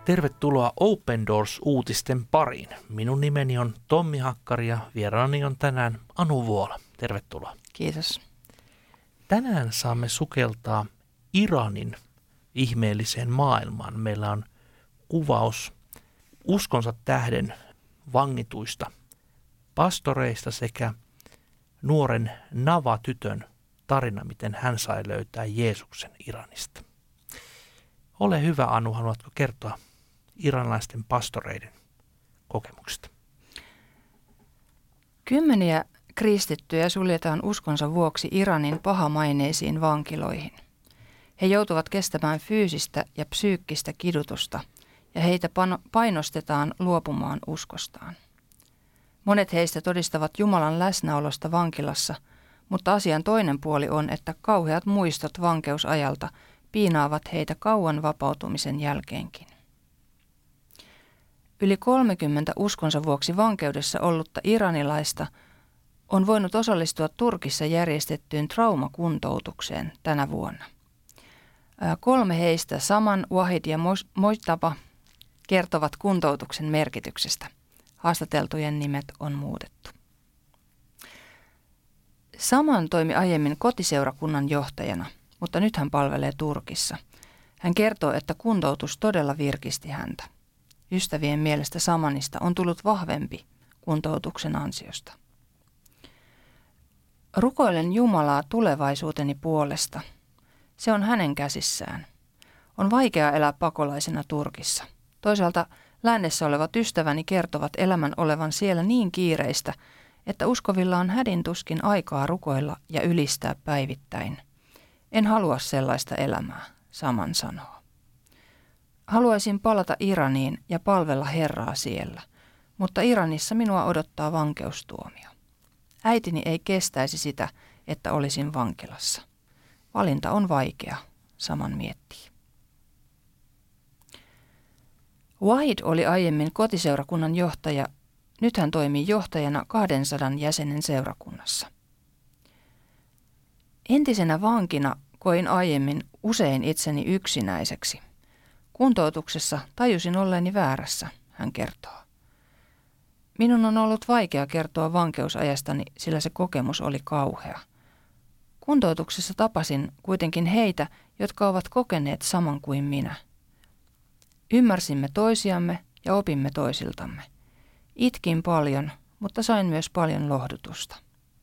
Tervetuloa Open Doors-uutisten pariin. Minun nimeni on Tommi Hakkari ja vieraani on tänään Anu Vuola. Tervetuloa. Kiitos. Tänään saamme sukeltaa Iranin ihmeelliseen maailmaan. Meillä on kuvaus uskonsa tähden vangituista pastoreista sekä nuoren Nava-tytön tarina, miten hän sai löytää Jeesuksen Iranista. Ole hyvä, Anu, haluatko kertoa iranilaisten pastoreiden kokemuksista? Kymmeniä kristittyjä suljetaan uskonsa vuoksi Iranin pahamaineisiin vankiloihin. He joutuvat kestämään fyysistä ja psyykkistä kidutusta ja heitä painostetaan luopumaan uskostaan. Monet heistä todistavat Jumalan läsnäolosta vankilassa, mutta asian toinen puoli on, että kauheat muistot vankeusajalta piinaavat heitä kauan vapautumisen jälkeenkin. Yli 30 uskonsa vuoksi vankeudessa ollutta iranilaista on voinut osallistua Turkissa järjestettyyn traumakuntoutukseen tänä vuonna. 3 heistä, Saman, Wahid ja Mojtaba, kertovat kuntoutuksen merkityksestä. Haastateltujen nimet on muutettu. Saman toimi aiemmin kotiseurakunnan johtajana, mutta nyt hän palvelee Turkissa. Hän kertoo, että kuntoutus todella virkisti häntä. Ystävien mielestä Samanista on tullut vahvempi kuntoutuksen ansiosta. Rukoilen Jumalaa tulevaisuuteni puolesta. Se on hänen käsissään. On vaikea elää pakolaisena Turkissa. Toisaalta lännessä olevat ystäväni kertovat elämän olevan siellä niin kiireistä, että uskovilla on hädintuskin aikaa rukoilla ja ylistää päivittäin. En halua sellaista elämää, Saman sanoo. Haluaisin palata Iraniin ja palvella Herraa siellä, mutta Iranissa minua odottaa vankeustuomio. Äitini ei kestäisi sitä, että olisin vankilassa. Valinta on vaikea, Saman miettii. Wahid oli aiemmin kotiseurakunnan johtaja. Nyt hän toimii johtajana 200 jäsenen seurakunnassa. Entisenä vankina koin aiemmin usein itseni yksinäiseksi. Kuntoutuksessa tajusin olleeni väärässä, hän kertoo. Minun on ollut vaikea kertoa vankeusajastani, sillä se kokemus oli kauhea. Kuntoutuksessa tapasin kuitenkin heitä, jotka ovat kokeneet saman kuin minä. Ymmärsimme toisiamme ja opimme toisiltamme. Itkin paljon, mutta sain myös paljon lohdutusta.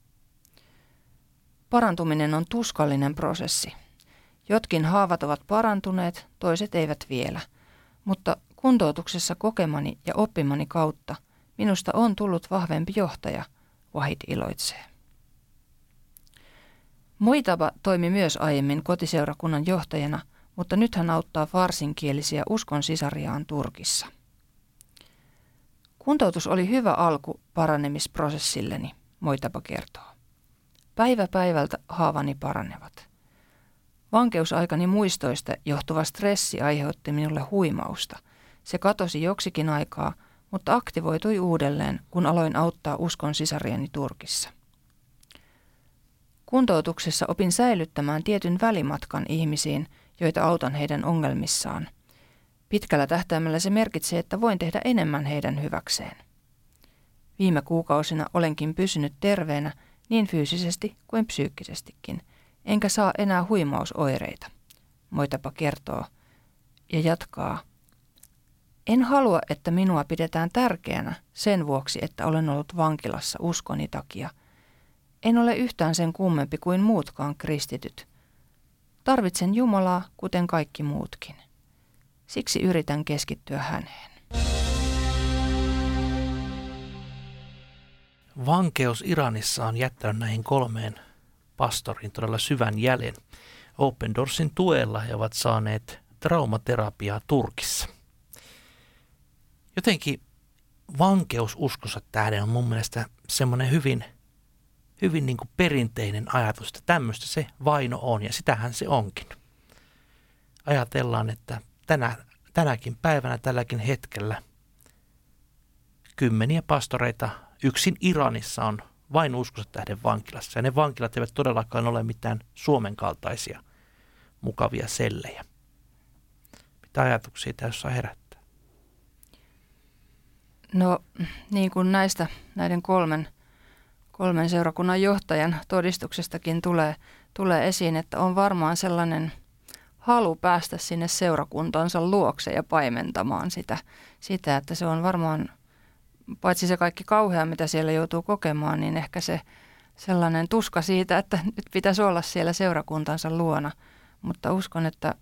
Parantuminen on tuskallinen prosessi. Jotkin haavat ovat parantuneet, toiset eivät vielä, mutta kuntoutuksessa kokemani ja oppimani kautta minusta on tullut vahvempi johtaja, Wahid iloitsee. Mojtaba toimi myös aiemmin kotiseurakunnan johtajana, mutta nyt hän auttaa farsinkielisiä uskon sisariaan Turkissa. Kuntoutus oli hyvä alku paranemisprosessilleni, Mojtaba kertoo. Päivä päivältä haavani paranevat. Vankeusaikani muistoista johtuva stressi aiheutti minulle huimausta. Se katosi joksikin aikaa, mutta aktivoitui uudelleen, kun aloin auttaa uskon sisariani Turkissa. Kuntoutuksessa opin säilyttämään tietyn välimatkan ihmisiin, joita autan heidän ongelmissaan. Pitkällä tähtäimellä se merkitsee, että voin tehdä enemmän heidän hyväkseen. Viime kuukausina olenkin pysynyt terveenä niin fyysisesti kuin psyykkisestikin, enkä saa enää huimausoireita, Mojtaba kertoo ja jatkaa. En halua, että minua pidetään tärkeänä sen vuoksi, että olen ollut vankilassa uskoni takia. En ole yhtään sen kummempi kuin muutkaan kristityt. Tarvitsen Jumalaa, kuten kaikki muutkin. Siksi yritän keskittyä häneen. Vankeus Iranissa on jättänyt näihin 3 pastoriin todella syvän jäljen. Open Doorsin tuella he ovat saaneet traumaterapiaa Turkissa. Jotenkin vankeus uskonsa tähden on mun mielestä semmoinen hyvin niin kuin perinteinen ajatus, että tämmöistä se vaino on ja sitähän se onkin. Ajatellaan, että tänäkin päivänä, tälläkin hetkellä kymmeniä pastoreita yksin Iranissa on vain uskonsa tähden vankilassa. Ja ne vankilat eivät todellakaan ole mitään Suomen kaltaisia mukavia sellejä. Mitä ajatuksia tässä herättää? No niin kuin näiden kolmen seurakunnan johtajan todistuksestakin tulee esiin, että on varmaan sellainen halu päästä sinne seurakuntansa luokse ja paimentamaan sitä, että se on varmaan, paitsi se kaikki kauhea, mitä siellä joutuu kokemaan, niin ehkä se sellainen tuska siitä, että nyt pitäisi olla siellä seurakuntansa luona. Mutta uskon, että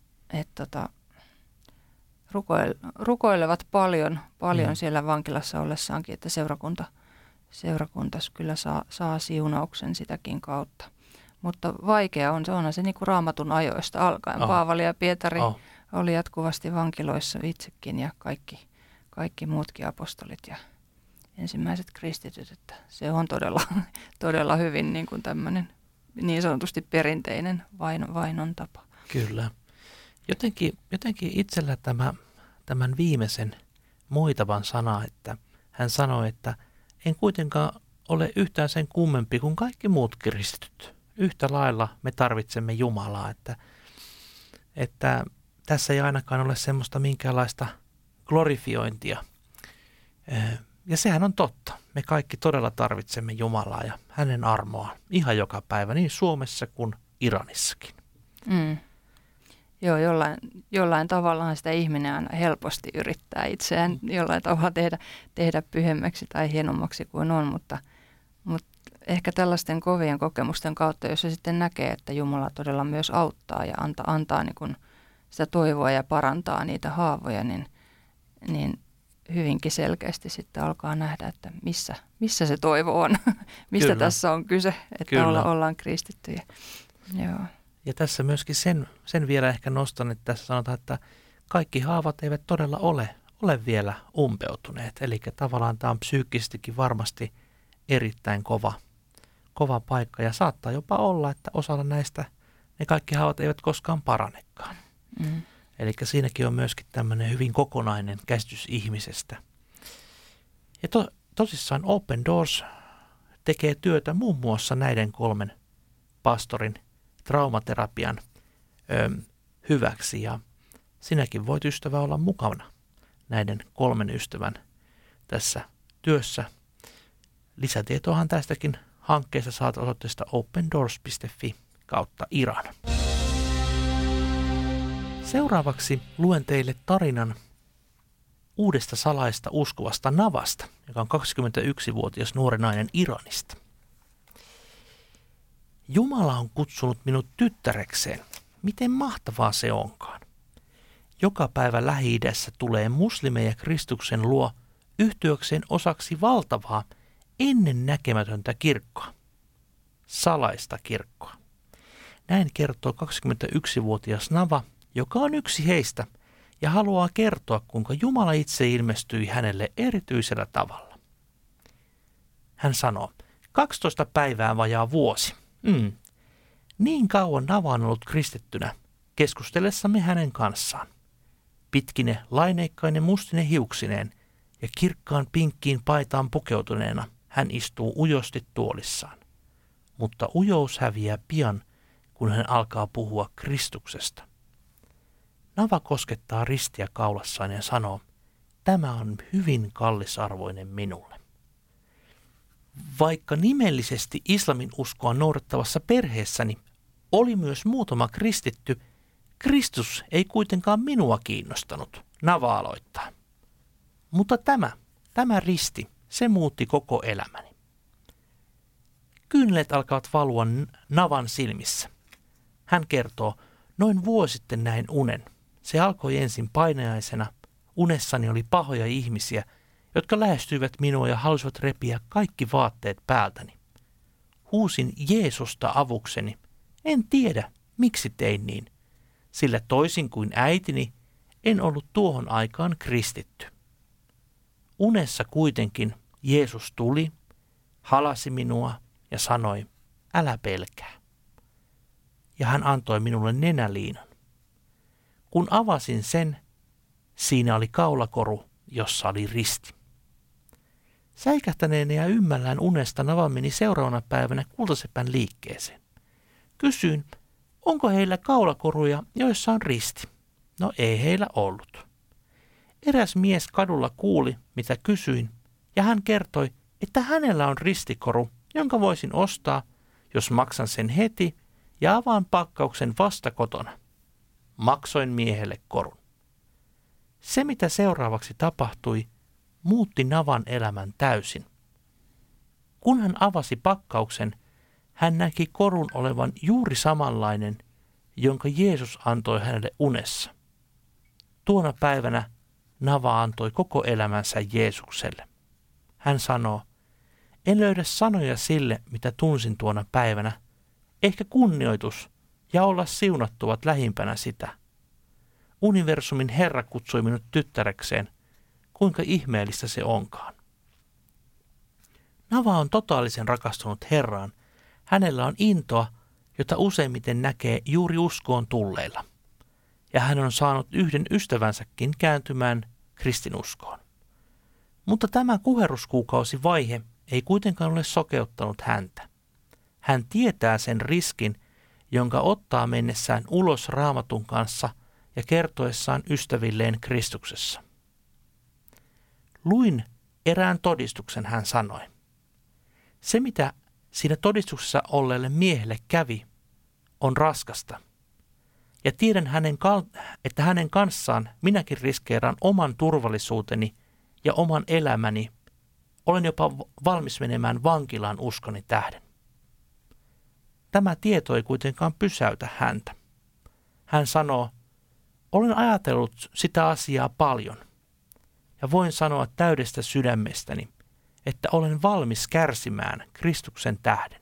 rukoilevat paljon siellä vankilassa ollessaankin, että seurakunta kyllä saa siunauksen sitäkin kautta. Mutta vaikea on, onhan se niin kuin Raamatun ajoista alkaen. Paavali ja Pietari oli jatkuvasti vankiloissa itsekin ja kaikki muutkin apostolit ja ensimmäiset kristityt. Että se on todella hyvin niin kuin tämmöinen niin sanotusti perinteinen vainon tapa. Kyllä. Jotenkin itsellä tämän viimeisen moitavan sana, että hän sanoi, että en kuitenkaan ole yhtään sen kummempi kuin kaikki muut kristityt. Yhtä lailla me tarvitsemme Jumalaa, että tässä ei ainakaan ole semmoista minkäänlaista glorifiointia. Ja sehän on totta. Me kaikki todella tarvitsemme Jumalaa ja hänen armoaan ihan joka päivä, niin Suomessa kuin Iranissakin. Joo, jollain tavallaan sitä ihminen aina helposti yrittää itseään jollain tavalla tehdä pyhemmäksi tai hienommaksi kuin on, mutta ehkä tällaisten kovien kokemusten kautta, jos se sitten näkee, että Jumala todella myös auttaa ja antaa niin kuin sitä toivoa ja parantaa niitä haavoja, niin hyvinkin selkeästi sitten alkaa nähdä, että missä se toivo on, mistä Kyllä. tässä on kyse, että ollaan kristittyjä. Joo. Ja tässä myöskin sen vielä ehkä nostan, että tässä sanotaan, että kaikki haavat eivät todella ole vielä umpeutuneet. Eli tavallaan tämä on psyykkisestikin varmasti erittäin kova paikka ja saattaa jopa olla, että osalla näistä ne kaikki haavat eivät koskaan paranekaan. Eli siinäkin on myöskin tämmöinen hyvin kokonainen käsitys ihmisestä. Ja tosissaan Open Doors tekee työtä muun muassa näiden 3 pastorin traumaterapian hyväksi ja sinäkin voit ystävä olla mukana näiden 3 ystävän tässä työssä. Lisätietoahan tästäkin hankkeesta saat osoitteesta opendoors.fi/Iran. Seuraavaksi luen teille tarinan uudesta salaista uskovasta Navasta, joka on 21-vuotias nuori nainen Iranista. Jumala on kutsunut minut tyttärekseen. Miten mahtavaa se onkaan. Joka päivä Lähi-idässä tulee muslimeja Kristuksen luo yhtyökseen osaksi valtavaa, ennen näkemätöntä kirkkoa. Salaista kirkkoa. Näin kertoo 21-vuotias Nava, joka on yksi heistä ja haluaa kertoa, kuinka Jumala itse ilmestyi hänelle erityisellä tavalla. Hän sanoo, 12 päivää vajaa vuosi. Niin kauan Nava on ollut kristittynä, keskustellessamme hänen kanssaan. Pitkine laineikkainen mustine hiuksineen ja kirkkaan pinkkiin paitaan pukeutuneena hän istuu ujosti tuolissaan. Mutta ujous häviää pian, kun hän alkaa puhua Kristuksesta. Nava koskettaa ristiä kaulassaan ja sanoo, tämä on hyvin kallisarvoinen minulle. Vaikka nimellisesti islamin uskoa noudattavassa perheessäni oli myös muutama kristitty, Kristus ei kuitenkaan minua kiinnostanut, Nava aloittaa. Mutta tämä risti, se muutti koko elämäni. Kyynelet alkavat valua Navan silmissä. Hän kertoo, noin vuosi sitten näin unen. Se alkoi ensin painajaisena. Unessani oli pahoja ihmisiä, jotka lähestyivät minua ja halusivat repiä kaikki vaatteet päältäni. Huusin Jeesusta avukseni. En tiedä, miksi tein niin, sillä toisin kuin äitini, en ollut tuohon aikaan kristitty. Unessa kuitenkin Jeesus tuli, halasi minua ja sanoi, älä pelkää. Ja hän antoi minulle nenäliinan. Kun avasin sen, siinä oli kaulakoru, jossa oli risti. Säikähtäneenä ja ymmällään unesta Nava meni seuraavana päivänä kultasepän liikkeeseen. Kysyin, onko heillä kaulakoruja, joissa on risti? No ei heillä ollut. Eräs mies kadulla kuuli, mitä kysyin, ja hän kertoi, että hänellä on ristikoru, jonka voisin ostaa, jos maksan sen heti ja avaan pakkauksen vasta kotona. Maksoin miehelle korun. Se, mitä seuraavaksi tapahtui, muutti Navan elämän täysin. Kun hän avasi pakkauksen, hän näki korun olevan juuri samanlainen, jonka Jeesus antoi hänelle unessa. Tuona päivänä Nava antoi koko elämänsä Jeesukselle. Hän sanoo, en löydä sanoja sille, mitä tunsin tuona päivänä. Ehkä kunnioitus ja olla siunattu ovat lähimpänä sitä. Universumin Herra kutsui minut tyttärekseen. Kuinka ihmeellistä se onkaan. Nava on totaalisen rakastunut Herraan. Hänellä on intoa, jota useimmiten näkee juuri uskoon tulleilla. Ja hän on saanut yhden ystävänsäkin kääntymään kristinuskoon. Mutta tämä kuherruskuukausivaihe ei kuitenkaan ole sokeuttanut häntä. Hän tietää sen riskin, jonka ottaa mennessään ulos Raamatun kanssa ja kertoessaan ystävilleen Kristuksessa. Luin erään todistuksen, hän sanoi. Se, mitä siinä todistuksessa olleelle miehelle kävi, on raskasta. Ja tiedän että hänen kanssaan minäkin riskeeraan oman turvallisuuteni ja oman elämäni. Olen jopa valmis menemään vankilaan uskoni tähden. Tämä tieto ei kuitenkaan pysäytä häntä. Hän sanoo, olen ajatellut sitä asiaa paljon ja voin sanoa täydestä sydämestäni, että olen valmis kärsimään Kristuksen tähden.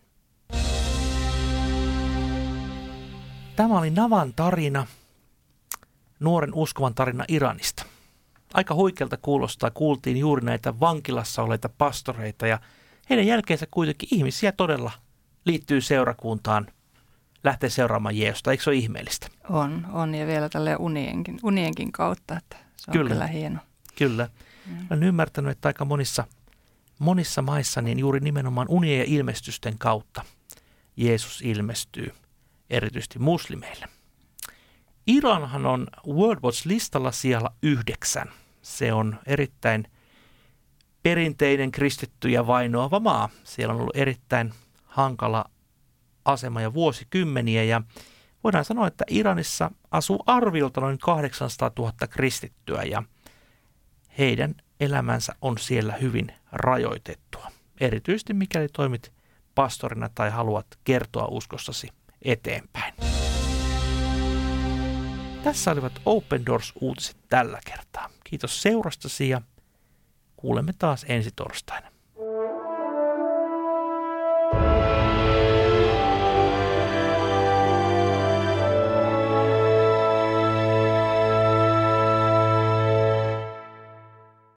Tämä oli Navan tarina, nuoren uskovan tarina Iranista. Aika huikealta kuulostaa, kuultiin juuri näitä vankilassa oleita pastoreita ja heidän jälkeensä kuitenkin ihmisiä todella liittyy seurakuntaan, lähtee seuraamaan Jeesusta. Eikö se ole ihmeellistä? On ja vielä tälleen unienkin kautta, että se on kyllä hieno. Kyllä. Olen ymmärtänyt, että aika monissa maissa niin juuri nimenomaan unien ja ilmestysten kautta Jeesus ilmestyy, erityisesti muslimeille. Iranhan on World Watch-listalla siellä 9. Se on erittäin perinteinen kristittyjä vainoava maa. Siellä on ollut erittäin hankala asema ja vuosikymmeniä ja voidaan sanoa, että Iranissa asuu arviolta noin 800 000 kristittyä ja heidän elämänsä on siellä hyvin rajoitettua. Erityisesti mikäli toimit pastorina tai haluat kertoa uskossasi eteenpäin. Tässä olivat Open Doors-uutiset tällä kertaa. Kiitos seurastasi ja kuulemme taas ensi torstaina.